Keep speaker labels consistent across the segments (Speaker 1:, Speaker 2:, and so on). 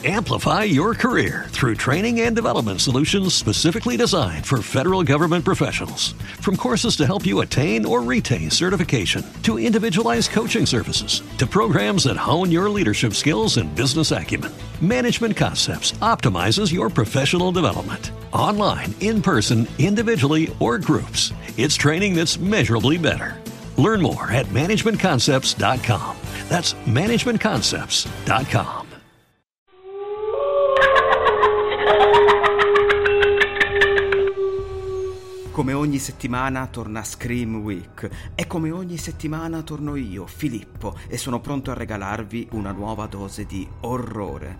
Speaker 1: Amplify your career through training and development solutions specifically designed for federal government professionals. From courses to help you attain or retain certification, to individualized coaching services, to programs that hone your leadership skills and business acumen, Management Concepts optimizes your professional development. Online, in person, individually, or groups, it's training that's measurably better. Learn more at managementconcepts.com. That's managementconcepts.com.
Speaker 2: Come ogni settimana torna Scream Week e come ogni settimana torno io, Filippo, e sono pronto a regalarvi una nuova dose di orrore.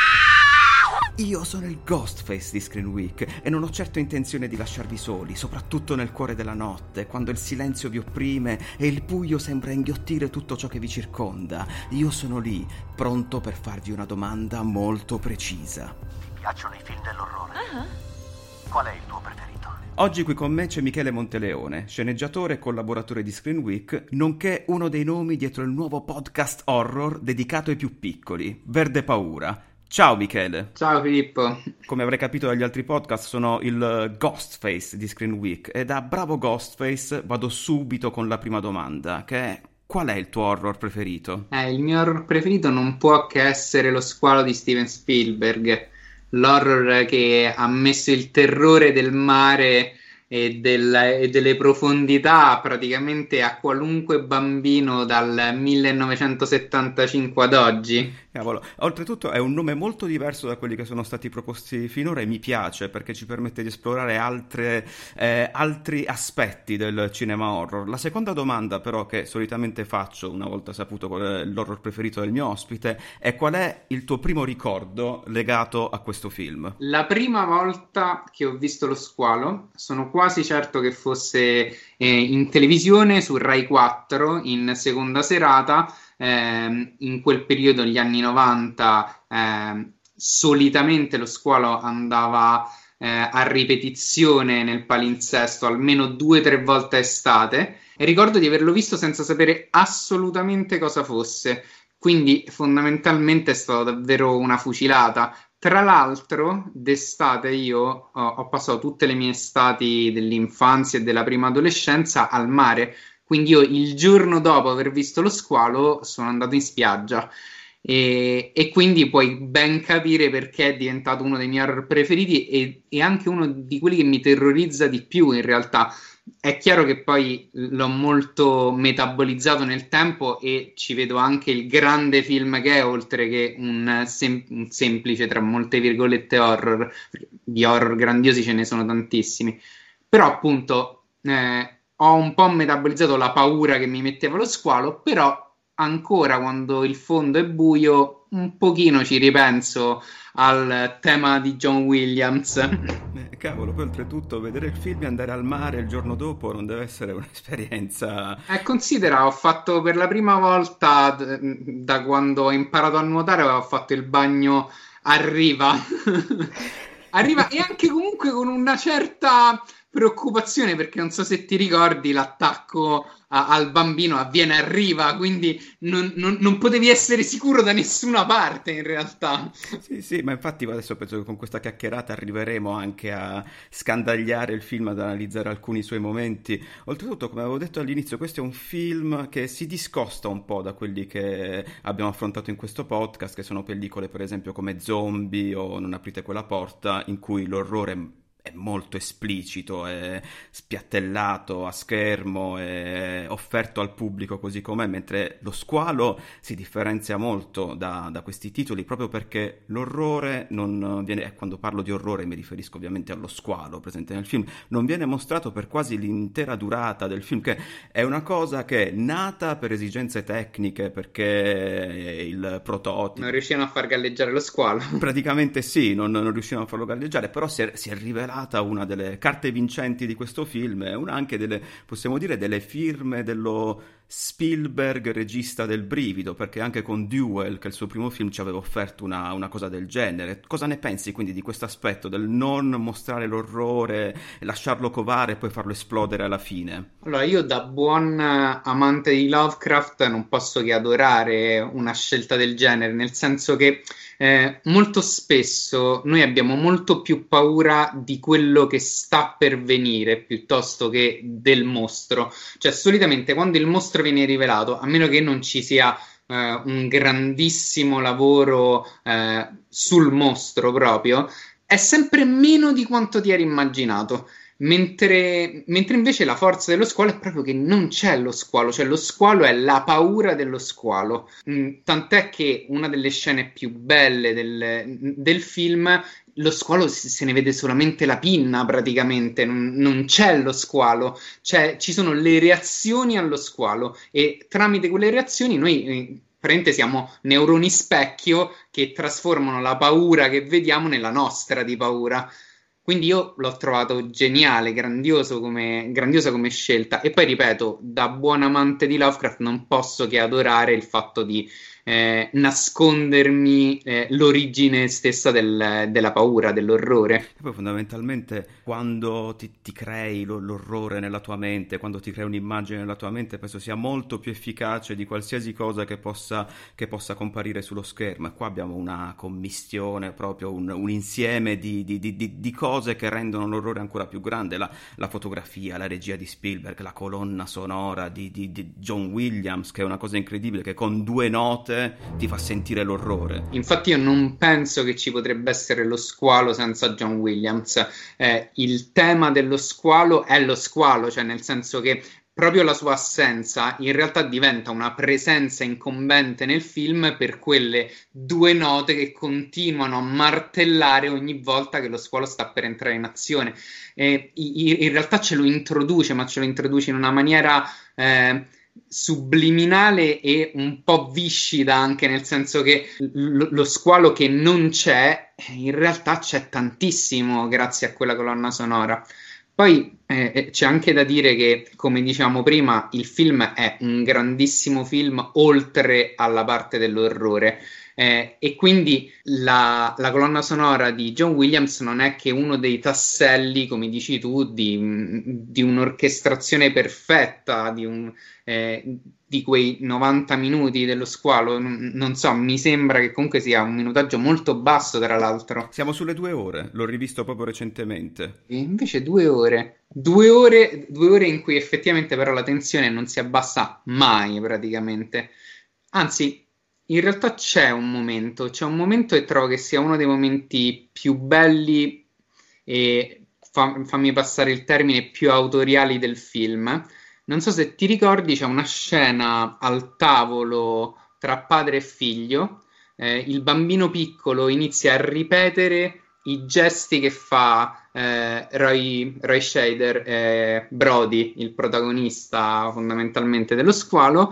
Speaker 2: Io sono il Ghostface di Scream Week e non ho certo intenzione di lasciarvi soli, soprattutto nel cuore della notte, quando il silenzio vi opprime e il buio sembra inghiottire tutto ciò che vi circonda. Io sono lì, pronto per farvi una domanda molto precisa.
Speaker 3: Ti piacciono i film dell'orrore? Qual è il tuo preferito?
Speaker 2: Oggi qui con me c'è Michele Monteleone, sceneggiatore e collaboratore di Screen Week, nonché uno dei nomi dietro il nuovo podcast horror dedicato ai più piccoli, Verde Paura. Ciao Michele.
Speaker 4: Ciao Filippo.
Speaker 2: Come avrei capito dagli altri podcast sono il Ghostface di Screen Week e da bravo Ghostface vado subito con la prima domanda, che è: qual è il tuo horror preferito?
Speaker 4: Il mio horror preferito non può che essere Lo squalo di Steven Spielberg. L'horror che ha messo il terrore del mare e delle profondità praticamente a qualunque bambino dal 1975 ad oggi.
Speaker 2: Cavolo. Oltretutto è un nome molto diverso da quelli che sono stati proposti finora e mi piace perché ci permette di esplorare altri aspetti del cinema horror. La seconda domanda però che solitamente faccio una volta saputo qual è l'horror preferito del mio ospite è: qual è il tuo primo ricordo legato a questo film?
Speaker 4: La prima volta che ho visto Lo squalo sono quasi certo che fosse in televisione su Rai 4 in seconda serata. In quel periodo, negli anni 90, solitamente Lo squalo andava a ripetizione nel palinsesto almeno 2 o 3 volte a estate e ricordo di averlo visto senza sapere assolutamente cosa fosse, quindi fondamentalmente è stata davvero una fucilata. Tra l'altro, d'estate io ho passato tutte le mie estati dell'infanzia e della prima adolescenza al mare. Quindi io il giorno dopo aver visto Lo squalo sono andato in spiaggia e quindi puoi ben capire perché è diventato uno dei miei horror preferiti e anche uno di quelli che mi terrorizza di più in realtà. È chiaro che poi l'ho molto metabolizzato nel tempo e ci vedo anche il grande film che è, oltre che un semplice, tra molte virgolette, horror. Di horror grandiosi ce ne sono tantissimi. Però appunto ho un po' metabolizzato la paura che mi metteva Lo squalo, però ancora quando il fondo è buio un pochino ci ripenso al tema di John Williams.
Speaker 2: Cavolo, poi oltretutto vedere il film e andare al mare il giorno dopo non deve essere un'esperienza...
Speaker 4: Considera, ho fatto per la prima volta da quando ho imparato a nuotare, ho fatto il bagno a riva. Arriva e anche comunque con una certa preoccupazione, perché non so se ti ricordi l'attacco al bambino avviene a riva, quindi non potevi essere sicuro da nessuna parte in realtà.
Speaker 2: Sì, ma infatti adesso penso che con questa chiacchierata arriveremo anche a scandagliare il film, ad analizzare alcuni suoi momenti. Oltretutto, come avevo detto all'inizio, questo è un film che si discosta un po' da quelli che abbiamo affrontato in questo podcast, che sono pellicole per esempio come Zombie o Non aprite quella porta, in cui l'orrore è molto esplicito, è spiattellato a schermo, è offerto al pubblico così com'è, mentre Lo squalo si differenzia molto da questi titoli proprio perché l'orrore non viene, e quando parlo di orrore mi riferisco ovviamente allo squalo presente nel film, non viene mostrato per quasi l'intera durata del film, che è una cosa che è nata per esigenze tecniche, perché il prototipo...
Speaker 4: Non riuscivano a far galleggiare lo squalo.
Speaker 2: Praticamente sì, non riuscivano a farlo galleggiare, però si è rivelato una delle carte vincenti di questo film, è una anche delle, possiamo dire, delle firme dello Spielberg regista del brivido, perché anche con Duel, che è il suo primo film, ci aveva offerto una cosa del genere. Cosa ne pensi quindi di questo aspetto del non mostrare l'orrore, lasciarlo covare e poi farlo esplodere alla fine?
Speaker 4: Allora, io da buon amante di Lovecraft non posso che adorare una scelta del genere, nel senso che molto spesso noi abbiamo molto più paura di quello che sta per venire piuttosto che del mostro. Cioè, solitamente quando il mostro viene rivelato, a meno che non ci sia un grandissimo lavoro sul mostro proprio, è sempre meno di quanto ti eri immaginato. Mentre invece la forza dello squalo è proprio che non c'è lo squalo, cioè lo squalo è la paura dello squalo. Tant'è che una delle scene più belle del film, lo squalo se ne vede solamente la pinna praticamente, non c'è lo squalo, ci sono le reazioni allo squalo e tramite quelle reazioni noi praticamente siamo neuroni specchio che trasformano la paura che vediamo nella nostra di paura. Quindi io l'ho trovato geniale, grandiosa come scelta. E poi ripeto, da buon amante di Lovecraft non posso che adorare il fatto di nascondermi l'origine stessa della paura, dell'orrore.
Speaker 2: E poi fondamentalmente quando ti crei l'orrore nella tua mente, quando ti crei un'immagine nella tua mente, penso sia molto più efficace di qualsiasi cosa che possa comparire sullo schermo. E qua abbiamo una commistione, proprio un insieme di cose che rendono l'orrore ancora più grande. La fotografia, la regia di Spielberg, la colonna sonora di John Williams, che è una cosa incredibile, che con 2 note ti fa sentire l'orrore.
Speaker 4: Infatti io non penso che ci potrebbe essere lo squalo senza John Williams. Il tema dello squalo è lo squalo, cioè nel senso che proprio la sua assenza in realtà diventa una presenza incombente nel film per quelle 2 note che continuano a martellare ogni volta che lo squalo sta per entrare in azione. In realtà ce lo introduce, ma ce lo introduce in una maniera subliminale e un po' viscida, anche nel senso che lo squalo che non c'è in realtà c'è tantissimo grazie a quella colonna sonora. Poi c'è anche da dire che, come diciamo prima, il film è un grandissimo film oltre alla parte dell'orrore. E quindi la colonna sonora di John Williams non è che uno dei tasselli, come dici tu, di un'orchestrazione perfetta, di quei 90 minuti dello squalo. Non so, mi sembra che comunque sia un minutaggio molto basso, tra l'altro.
Speaker 2: Siamo sulle 2 ore, l'ho rivisto proprio recentemente.
Speaker 4: E invece 2 ore. 2 ore in cui effettivamente però la tensione non si abbassa mai praticamente. Anzi, in realtà c'è un momento e trovo che sia uno dei momenti più belli e fammi passare il termine più autoriali del film. Non so se ti ricordi, c'è una scena al tavolo tra padre e figlio. Il bambino piccolo inizia a ripetere i gesti che fa Roy Scheider, Brody, il protagonista fondamentalmente dello squalo.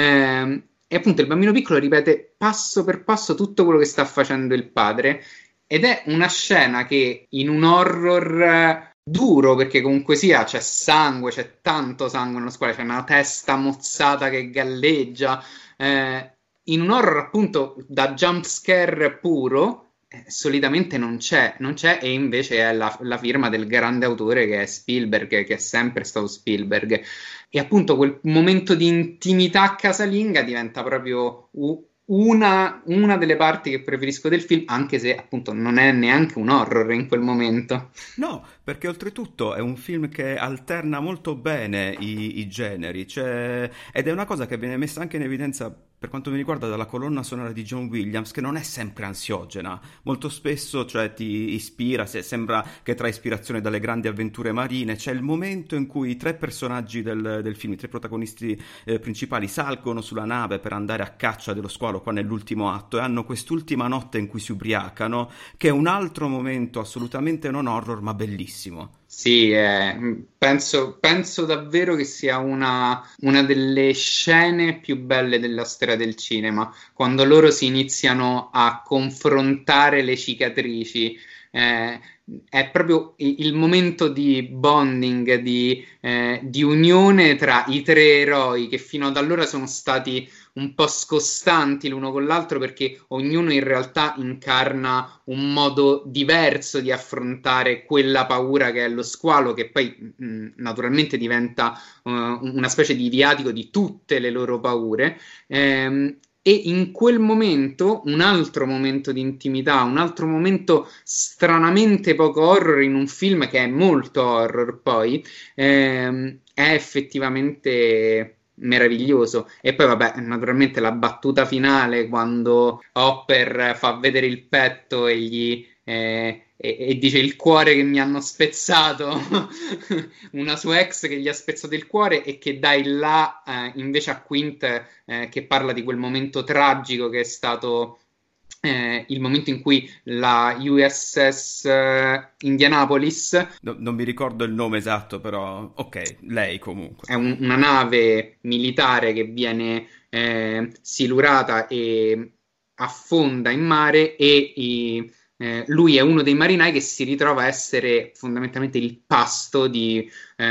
Speaker 4: E appunto il bambino piccolo ripete passo per passo tutto quello che sta facendo il padre, ed è una scena che in un horror duro, perché comunque sia c'è sangue, c'è tanto sangue nello squalo, c'è una testa mozzata che galleggia, in un horror appunto da jump scare puro, solitamente non c'è, e invece è la firma del grande autore che è Spielberg, che è sempre stato Spielberg. E appunto quel momento di intimità casalinga diventa proprio una delle parti che preferisco del film, anche se appunto non è neanche un horror in quel momento.
Speaker 2: No, perché oltretutto è un film che alterna molto bene i generi, ed è una cosa che viene messa anche in evidenza per quanto mi riguarda dalla colonna sonora di John Williams, che non è sempre ansiogena, molto spesso ti ispira, sembra che trae ispirazione dalle grandi avventure marine. C'è il momento in cui i 3 personaggi del film, i 3 protagonisti principali, salgono sulla nave per andare a caccia dello squalo qua nell'ultimo atto, e hanno quest'ultima notte in cui si ubriacano, che è un altro momento assolutamente non horror ma bellissimo.
Speaker 4: Sì, penso davvero che sia una delle scene più belle della storia del cinema, quando loro si iniziano a confrontare le cicatrici. è proprio il momento di bonding, di unione tra i tre eroi che fino ad allora sono stati un po' scostanti l'uno con l'altro, perché ognuno in realtà incarna un modo diverso di affrontare quella paura che è lo squalo, che poi naturalmente diventa una specie di viatico di tutte le loro paure. E in quel momento, un altro momento di intimità, un altro momento stranamente poco horror in un film che è molto horror poi, è effettivamente meraviglioso. E poi vabbè, naturalmente la battuta finale quando Hopper fa vedere il petto e dice il cuore che mi hanno spezzato, una sua ex che gli ha spezzato il cuore, e che dà il là invece a Quint, che parla di quel momento tragico che è stato il momento in cui la USS Indianapolis,
Speaker 2: non mi ricordo il nome esatto, però ok, lei comunque
Speaker 4: è una nave militare che viene silurata e affonda in mare, e lui è uno dei marinai che si ritrova a essere fondamentalmente il pasto di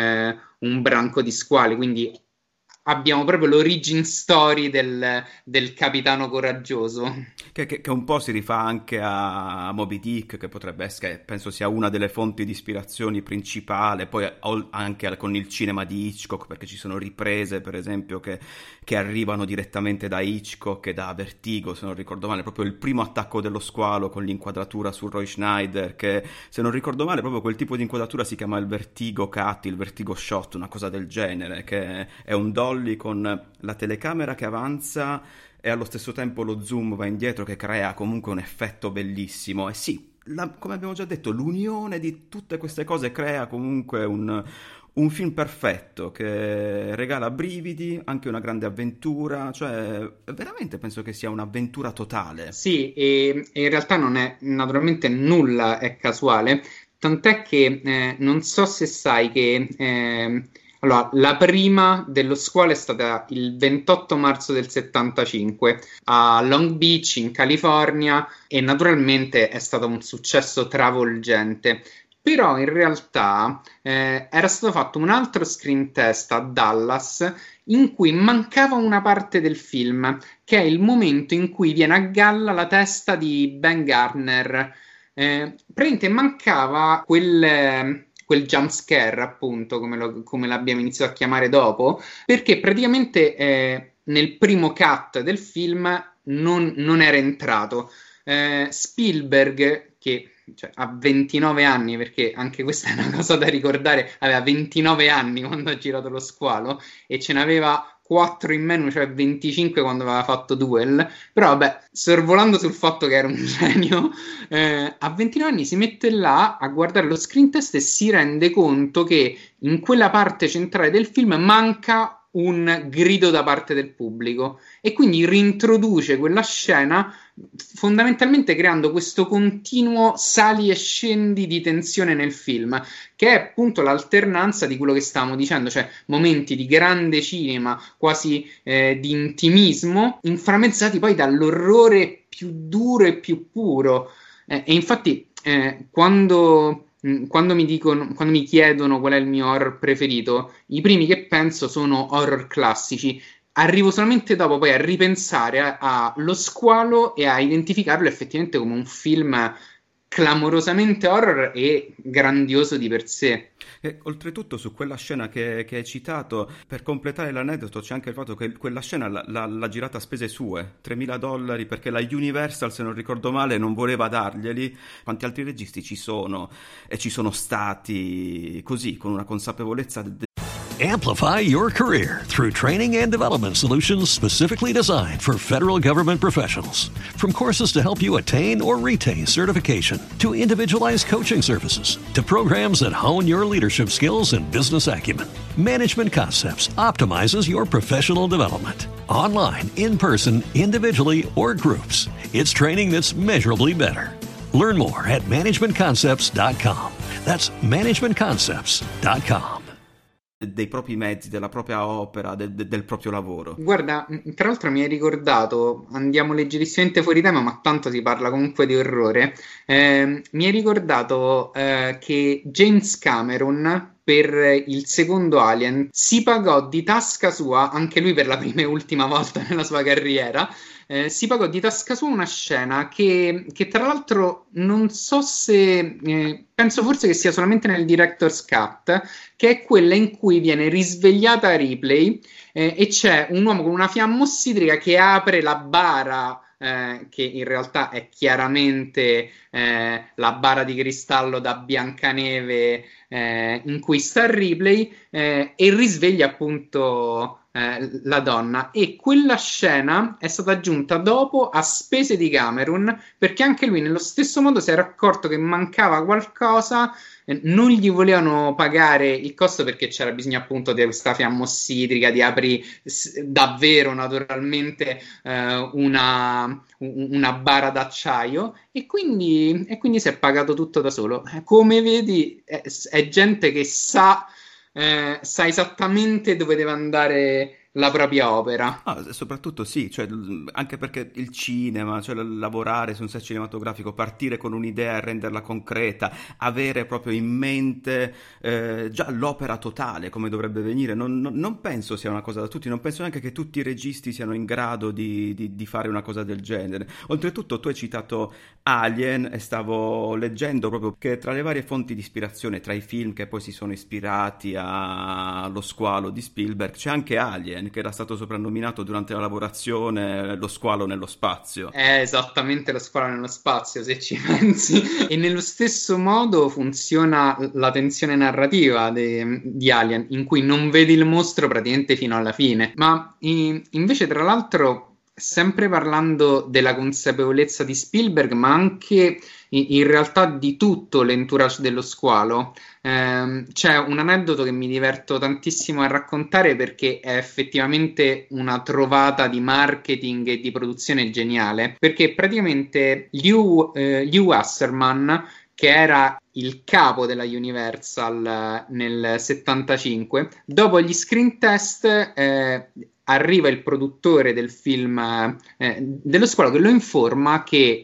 Speaker 4: un branco di squali. Quindi abbiamo proprio l'origin story del capitano coraggioso.
Speaker 2: Che un po' si rifà anche a Moby Dick, che potrebbe essere, penso sia una delle fonti di ispirazione principale, poi anche con il cinema di Hitchcock, perché ci sono riprese, per esempio, che arrivano direttamente da Hitchcock e da Vertigo, se non ricordo male, proprio il primo attacco dello squalo con l'inquadratura su Roy Schneider, che se non ricordo male proprio quel tipo di inquadratura si chiama il Vertigo Cut, il Vertigo Shot, una cosa del genere, che è un dolly con la telecamera che avanza e allo stesso tempo lo zoom va indietro, che crea comunque un effetto bellissimo. E sì, come abbiamo già detto, l'unione di tutte queste cose crea comunque un film perfetto che regala brividi, anche una grande avventura, cioè veramente penso che sia un'avventura totale.
Speaker 4: Sì, e in realtà non è, naturalmente nulla è casuale, tant'è che non so se sai che allora, la prima dello squalo è stata il 28 marzo del 75 a Long Beach, in California, e naturalmente è stato un successo travolgente. Però in realtà era stato fatto un altro screen test a Dallas in cui mancava una parte del film, che è il momento in cui viene a galla la testa di Ben Gardner. Praticamente mancava quel jump scare, appunto, come l'abbiamo iniziato a chiamare dopo, perché praticamente nel primo cut del film non era entrato. Spielberg, che ha 29 anni, perché anche questa è una cosa da ricordare, aveva 29 anni quando ha girato Lo Squalo e ce n'aveva 4 in meno, cioè 25 quando aveva fatto Duel. Però vabbè, sorvolando sul fatto che era un genio, a 29 anni si mette là a guardare lo screen test e si rende conto che in quella parte centrale del film manca un grido da parte del pubblico, e quindi reintroduce quella scena fondamentalmente creando questo continuo sali e scendi di tensione nel film, che è appunto l'alternanza di quello che stavamo dicendo, cioè momenti di grande cinema, quasi di intimismo, inframmezzati poi dall'orrore più duro e più puro. E infatti quando mi chiedono qual è il mio horror preferito, i primi che penso sono horror classici. Arrivo solamente dopo poi a ripensare a Lo Squalo e a identificarlo effettivamente come un film clamorosamente horror e grandioso di per sé.
Speaker 2: E oltretutto su quella scena che hai citato, per completare l'aneddoto, c'è anche il fatto che quella scena l'ha girata a spese sue, $3.000, perché la Universal, se non ricordo male, non voleva darglieli. Quanti altri registi ci sono e ci sono stati così, con una consapevolezza
Speaker 1: Amplify your career through training and development solutions specifically designed for federal government professionals. From courses to help you attain or retain certification, to individualized coaching services, to programs that hone your leadership skills and business acumen, Management Concepts optimizes your professional development. Online, in person, individually, or groups, it's training that's measurably better. Learn more at managementconcepts.com. That's managementconcepts.com.
Speaker 2: dei propri mezzi, della propria opera, del proprio lavoro.
Speaker 4: Guarda, tra l'altro mi hai ricordato, andiamo leggerissimamente fuori tema, ma tanto si parla comunque di orrore. Mi hai ricordato che James Cameron per il secondo Alien si pagò di tasca sua, anche lui per la prima e ultima volta nella sua carriera, si pagò di tasca sua una scena che tra l'altro non so se, penso forse che sia solamente nel Director's Cut, che è quella in cui viene risvegliata Ripley e c'è un uomo con una fiamma ossidrica che apre la bara, che in realtà è chiaramente la bara di cristallo da Biancaneve in cui sta Ripley, e risveglia appunto la donna. E quella scena è stata aggiunta dopo a spese di Cameron, perché anche lui nello stesso modo si era accorto che mancava qualcosa. Non gli volevano pagare il costo perché c'era bisogno appunto di questa fiamma ossidrica, di aprire davvero naturalmente una bara d'acciaio, e quindi si è pagato tutto da solo. Come vedi, è gente che sa esattamente dove deve andare la propria opera.
Speaker 2: Soprattutto sì, cioè, anche perché il cinema, cioè lavorare su un set cinematografico, partire con un'idea e renderla concreta, avere proprio in mente già l'opera totale, come dovrebbe venire, non penso sia una cosa da tutti, non penso neanche che tutti i registi siano in grado di fare una cosa del genere. Oltretutto tu hai citato Alien e stavo leggendo proprio che tra le varie fonti di ispirazione, tra i film che poi si sono ispirati allo squalo di Spielberg, c'è anche Alien, che era stato soprannominato durante la lavorazione lo squalo nello spazio.
Speaker 4: È esattamente lo squalo nello spazio, se ci pensi. E nello stesso modo funziona la tensione narrativa di Alien, in cui non vedi il mostro praticamente fino alla fine. Ma invece, tra l'altro, sempre parlando della consapevolezza di Spielberg, ma anche in realtà di tutto l'entourage dello squalo, c'è un aneddoto che mi diverto tantissimo a raccontare perché è effettivamente una trovata di marketing e di produzione geniale, perché praticamente Lew Wasserman, che era il capo della Universal nel 75, dopo gli screen test arriva il produttore del film dello squalo che lo informa che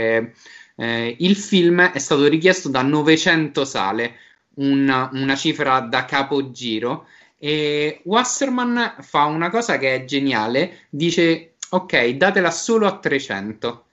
Speaker 4: il film è stato richiesto da 900 sale, una cifra da capogiro, e Wasserman fa una cosa che è geniale, dice ok, datela solo a 300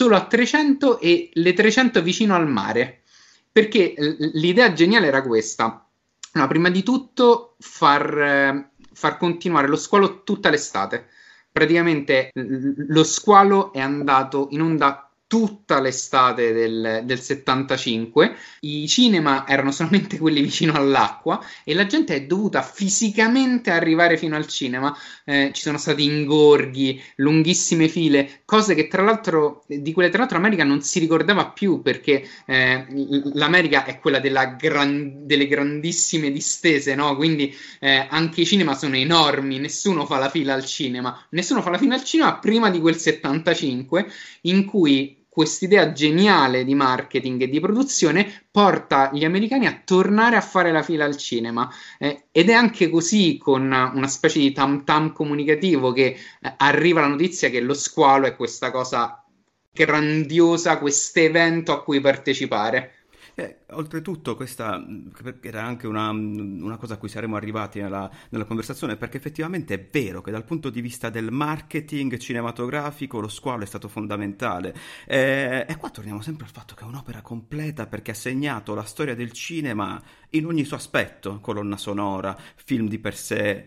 Speaker 4: e le 300 vicino al mare, perché l'idea geniale era questa. No, prima di tutto far continuare lo squalo tutta l'estate. Praticamente lo squalo è andato in onda tutta l'estate del 75, i cinema erano solamente quelli vicino all'acqua e la gente è dovuta fisicamente arrivare fino al cinema. Ci sono stati ingorghi, lunghissime file, cose che tra l'altro America non si ricordava più, perché l'America è quella delle grandissime distese, no? Quindi anche i cinema sono enormi, nessuno fa la fila al cinema prima di quel 75, in cui quest'idea geniale di marketing e di produzione porta gli americani a tornare a fare la fila al cinema, ed è anche così, con una specie di tam tam comunicativo, che arriva la notizia che lo squalo è questa cosa grandiosa, questo evento a cui partecipare.
Speaker 2: Oltretutto questa era anche una cosa a cui saremmo arrivati nella conversazione, perché effettivamente è vero che dal punto di vista del marketing cinematografico lo squalo è stato fondamentale, e qua torniamo sempre al fatto che è un'opera completa, perché ha segnato la storia del cinema in ogni suo aspetto: colonna sonora, film di per sé,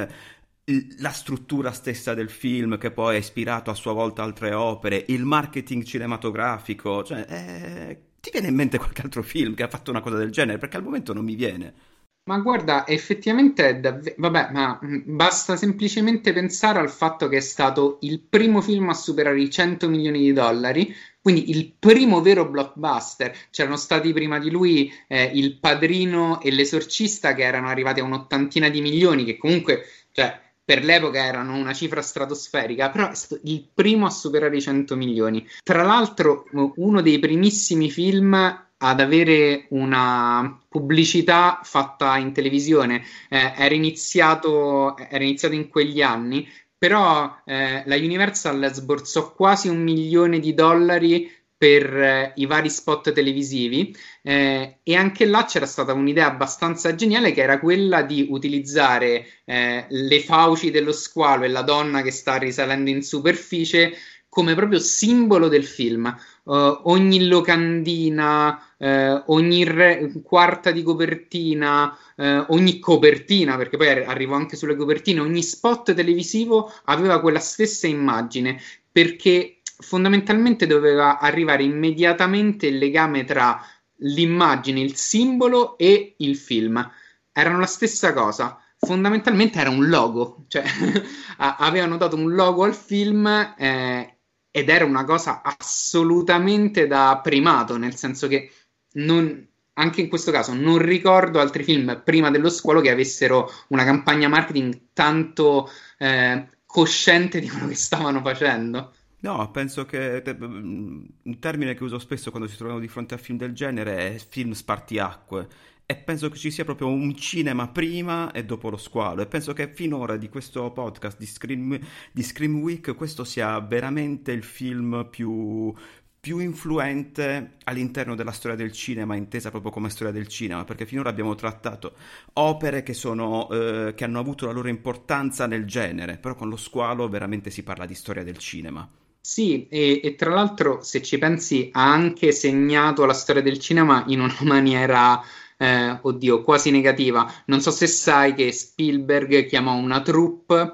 Speaker 2: la struttura stessa del film che poi ha ispirato a sua volta altre opere, il marketing cinematografico, cioè ti viene in mente qualche altro film che ha fatto una cosa del genere? Perché al momento non mi viene.
Speaker 4: Ma guarda, effettivamente è vabbè, ma basta semplicemente pensare al fatto che è stato il primo film a superare i 100 milioni di dollari, quindi il primo vero blockbuster. C'erano stati prima di lui Il Padrino e L'Esorcista, che erano arrivati a un'ottantina di milioni, che comunque, cioè, per l'epoca erano una cifra stratosferica, però è stato il primo a superare i 100 milioni. Tra l'altro, uno dei primissimi film ad avere una pubblicità fatta in televisione. Era iniziato in quegli anni, però la Universal sborsò quasi $1 milione per i vari spot televisivi, e anche là c'era stata un'idea abbastanza geniale, che era quella di utilizzare le fauci dello squalo e la donna che sta risalendo in superficie come proprio simbolo del film. Ogni locandina, ogni quarta di copertina, ogni copertina, perché poi arrivò anche sulle copertine, ogni spot televisivo aveva quella stessa immagine, perché fondamentalmente doveva arrivare immediatamente il legame tra l'immagine, il simbolo e il film. Erano la stessa cosa. Fondamentalmente era un logo, cioè avevano dato un logo al film, ed era una cosa assolutamente da primato, nel senso che anche in questo caso non ricordo altri film prima dello squalo che avessero una campagna marketing tanto cosciente di quello che stavano facendo.
Speaker 2: No, penso che un termine che uso spesso quando ci troviamo di fronte a film del genere è film spartiacque, e penso che ci sia proprio un cinema prima e dopo lo squalo, e penso che finora di questo podcast di Scream Week questo sia veramente il film più influente all'interno della storia del cinema, intesa proprio come storia del cinema, perché finora abbiamo trattato opere che hanno avuto la loro importanza nel genere, però con lo squalo veramente si parla di storia del cinema.
Speaker 4: Sì, e tra l'altro, se ci pensi, ha anche segnato la storia del cinema in una maniera, quasi negativa. Non so se sai che Spielberg chiamò una troupe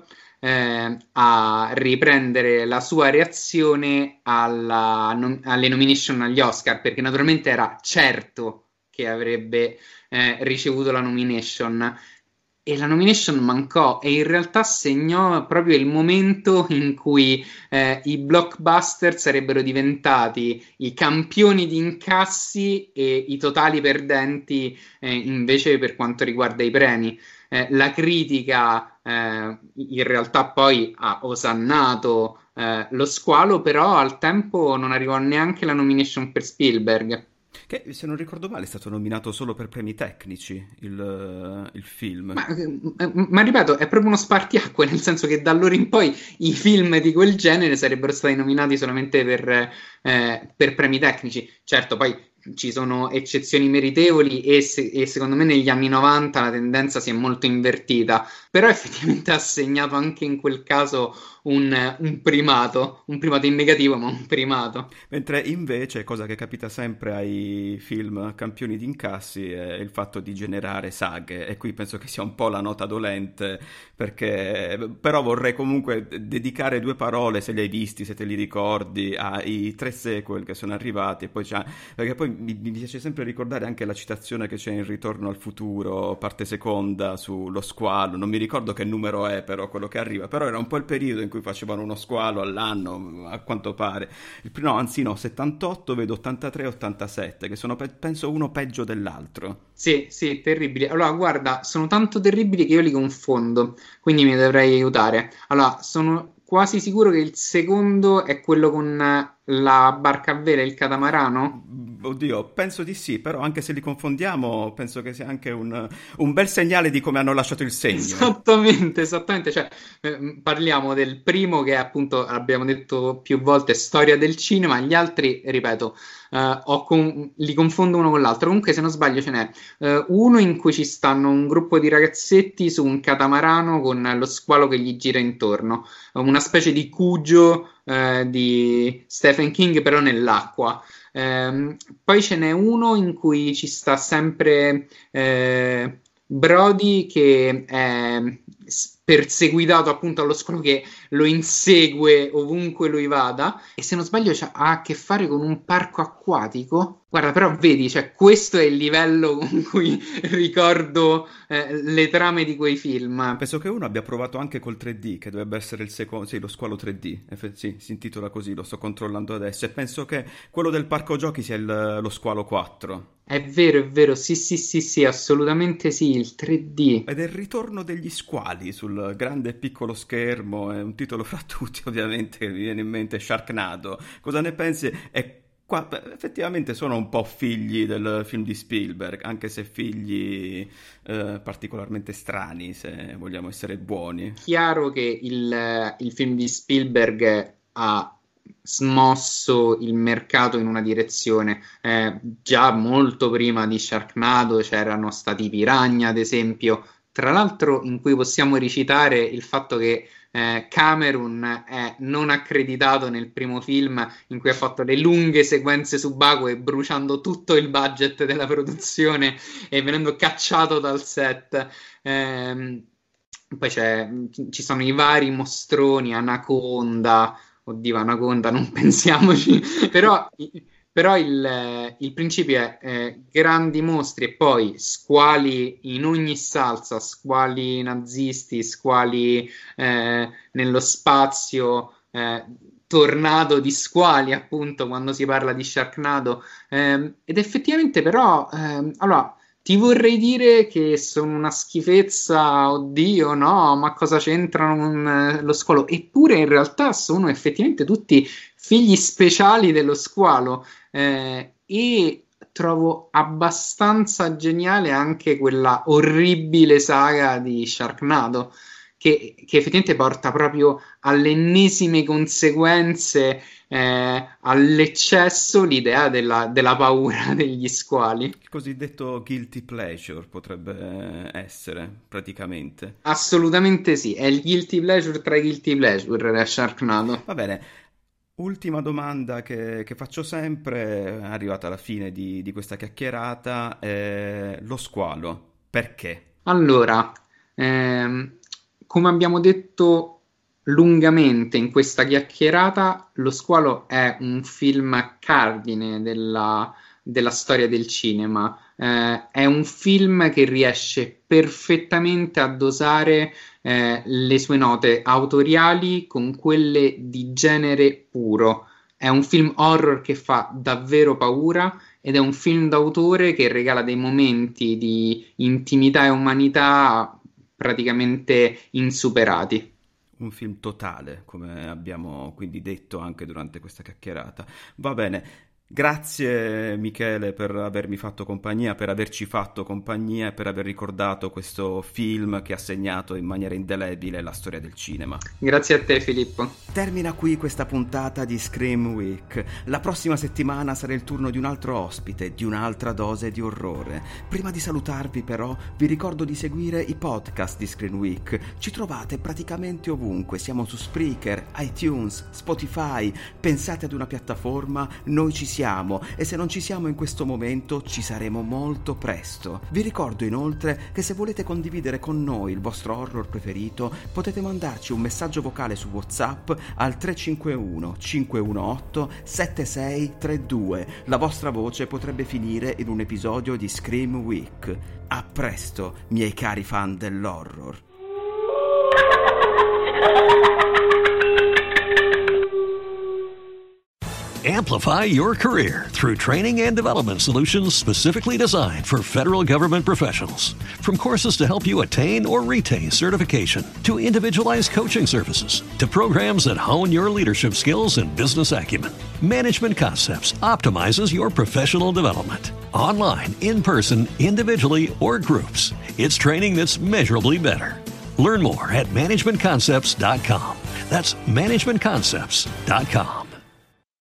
Speaker 4: a riprendere la sua reazione alle nomination agli Oscar, perché naturalmente era certo che avrebbe ricevuto la nomination. E la nomination mancò, e in realtà segnò proprio il momento in cui i blockbuster sarebbero diventati i campioni di incassi e i totali perdenti, invece, per quanto riguarda i premi. La critica in realtà poi ha osannato lo squalo, però al tempo non arrivò neanche la nomination per Spielberg.
Speaker 2: Che, se non ricordo male, è stato nominato solo per premi tecnici il film.
Speaker 4: Ma ripeto, è proprio uno spartiacque, nel senso che da allora in poi i film di quel genere sarebbero stati nominati solamente per premi tecnici. Certo, poi ci sono eccezioni meritevoli, e secondo me negli anni 90 la tendenza si è molto invertita, però effettivamente ha segnato anche in quel caso un primato in negativo, ma un primato.
Speaker 2: Mentre invece, cosa che capita sempre ai film campioni di incassi, è il fatto di generare saghe, e qui penso che sia un po' la nota dolente, però vorrei comunque dedicare 2 parole, se li hai visti, se te li ricordi, ai 3 sequel che sono arrivati, e poi perché poi mi piace sempre ricordare anche la citazione che c'è in Ritorno al futuro, parte seconda, sullo squalo. Non mi ricordo che numero è però quello che arriva, però era un po' il periodo in cui facevano uno squalo all'anno, a quanto pare. 78, vedo 83 e 87, che sono penso uno peggio dell'altro.
Speaker 4: Sì, terribili. Allora, guarda, sono tanto terribili che io li confondo, quindi mi dovrei aiutare. Allora, sono quasi sicuro che il secondo è quello con la barca a vela, il catamarano.
Speaker 2: Oddio, penso di sì, però anche se li confondiamo penso che sia anche un bel segnale di come hanno lasciato il segno.
Speaker 4: Esattamente, cioè, parliamo del primo, che appunto abbiamo detto più volte storia del cinema, gli altri, ripeto, li confondo uno con l'altro. Comunque, se non sbaglio, ce n'è uno in cui ci stanno un gruppo di ragazzetti su un catamarano con lo squalo che gli gira intorno, una specie di Cujo di Stephen King, però nell'acqua. Poi ce n'è uno in cui ci sta sempre Brody, che è perseguitato appunto allo squalo che lo insegue ovunque lui vada, e se non sbaglio ha a che fare con un parco acquatico. Guarda, però vedi, cioè, questo è il livello con cui ricordo le trame di quei film.
Speaker 2: Penso che uno abbia provato anche col 3D, che dovrebbe essere il secondo, sì, lo squalo 3D, sì, si intitola così, lo sto controllando adesso, e penso che quello del parco giochi sia lo squalo 4.
Speaker 4: È vero, sì, assolutamente sì, il 3D.
Speaker 2: Ed è il ritorno degli squali sul grande e piccolo schermo, è un titolo fra tutti ovviamente che mi viene in mente, Sharknado. Cosa ne pensi? È Qua effettivamente sono un po' figli del film di Spielberg, anche se figli particolarmente strani, se vogliamo essere buoni.
Speaker 4: Chiaro che il film di Spielberg ha smosso il mercato in una direzione. Già molto prima di Sharknado c'erano stati i Piranha, ad esempio, tra l'altro in cui possiamo recitare il fatto che Cameron è non accreditato nel primo film, in cui ha fatto le lunghe sequenze subacquee bruciando tutto il budget della produzione e venendo cacciato dal set. Poi ci sono i vari mostroni, Anaconda, oddio, Anaconda, non pensiamoci, però il principio è grandi mostri e poi squali in ogni salsa, squali nazisti, squali nello spazio, tornado di squali, appunto, quando si parla di Sharknado. Ed effettivamente però, allora, ti vorrei dire che sono una schifezza, oddio, no, ma cosa c'entrano con lo squalo? Eppure in realtà sono effettivamente tutti figli speciali dello squalo, e trovo abbastanza geniale anche quella orribile saga di Sharknado, che effettivamente porta proprio alle ennesime conseguenze, all'eccesso, l'idea della paura degli squali.
Speaker 2: Il cosiddetto guilty pleasure potrebbe essere, praticamente.
Speaker 4: Assolutamente sì, è il guilty pleasure tra i guilty pleasure, Sharknado.
Speaker 2: Va bene. Ultima domanda che faccio sempre, arrivata alla fine di questa chiacchierata, lo squalo, perché?
Speaker 4: Allora, come abbiamo detto lungamente in questa chiacchierata, Lo squalo è un film cardine della storia del cinema. È un film che riesce perfettamente a dosare le sue note autoriali con quelle di genere puro. È un film horror che fa davvero paura ed è un film d'autore che regala dei momenti di intimità e umanità praticamente insuperati.
Speaker 2: Un film totale, come abbiamo quindi detto anche durante questa chiacchierata. Va bene. Grazie Michele per avermi fatto compagnia, per averci fatto compagnia e per aver ricordato questo film che ha segnato in maniera indelebile la storia del cinema.
Speaker 4: Grazie a te Filippo.
Speaker 2: Termina qui questa puntata di Scream Week. La prossima settimana sarà il turno di un altro ospite, di un'altra dose di orrore. Prima di salutarvi però vi ricordo di seguire i podcast di Scream Week. Ci trovate praticamente ovunque, siamo su Spreaker, iTunes, Spotify. Pensate ad una piattaforma, noi ci siamo e se non ci siamo in questo momento ci saremo molto presto. Vi ricordo inoltre che se volete condividere con noi il vostro horror preferito potete mandarci un messaggio vocale su WhatsApp al 351 518 7632. La vostra voce potrebbe finire in un episodio di Scream Week. A presto, miei cari fan dell'horror.
Speaker 1: Amplify your career through training and development solutions specifically designed for federal government professionals. From courses to help you attain or retain certification, to individualized coaching services, to programs that hone your leadership skills and business acumen, Management Concepts optimizes your professional development. Online, in person, individually, or groups, it's training that's measurably better. Learn more at managementconcepts.com. That's managementconcepts.com.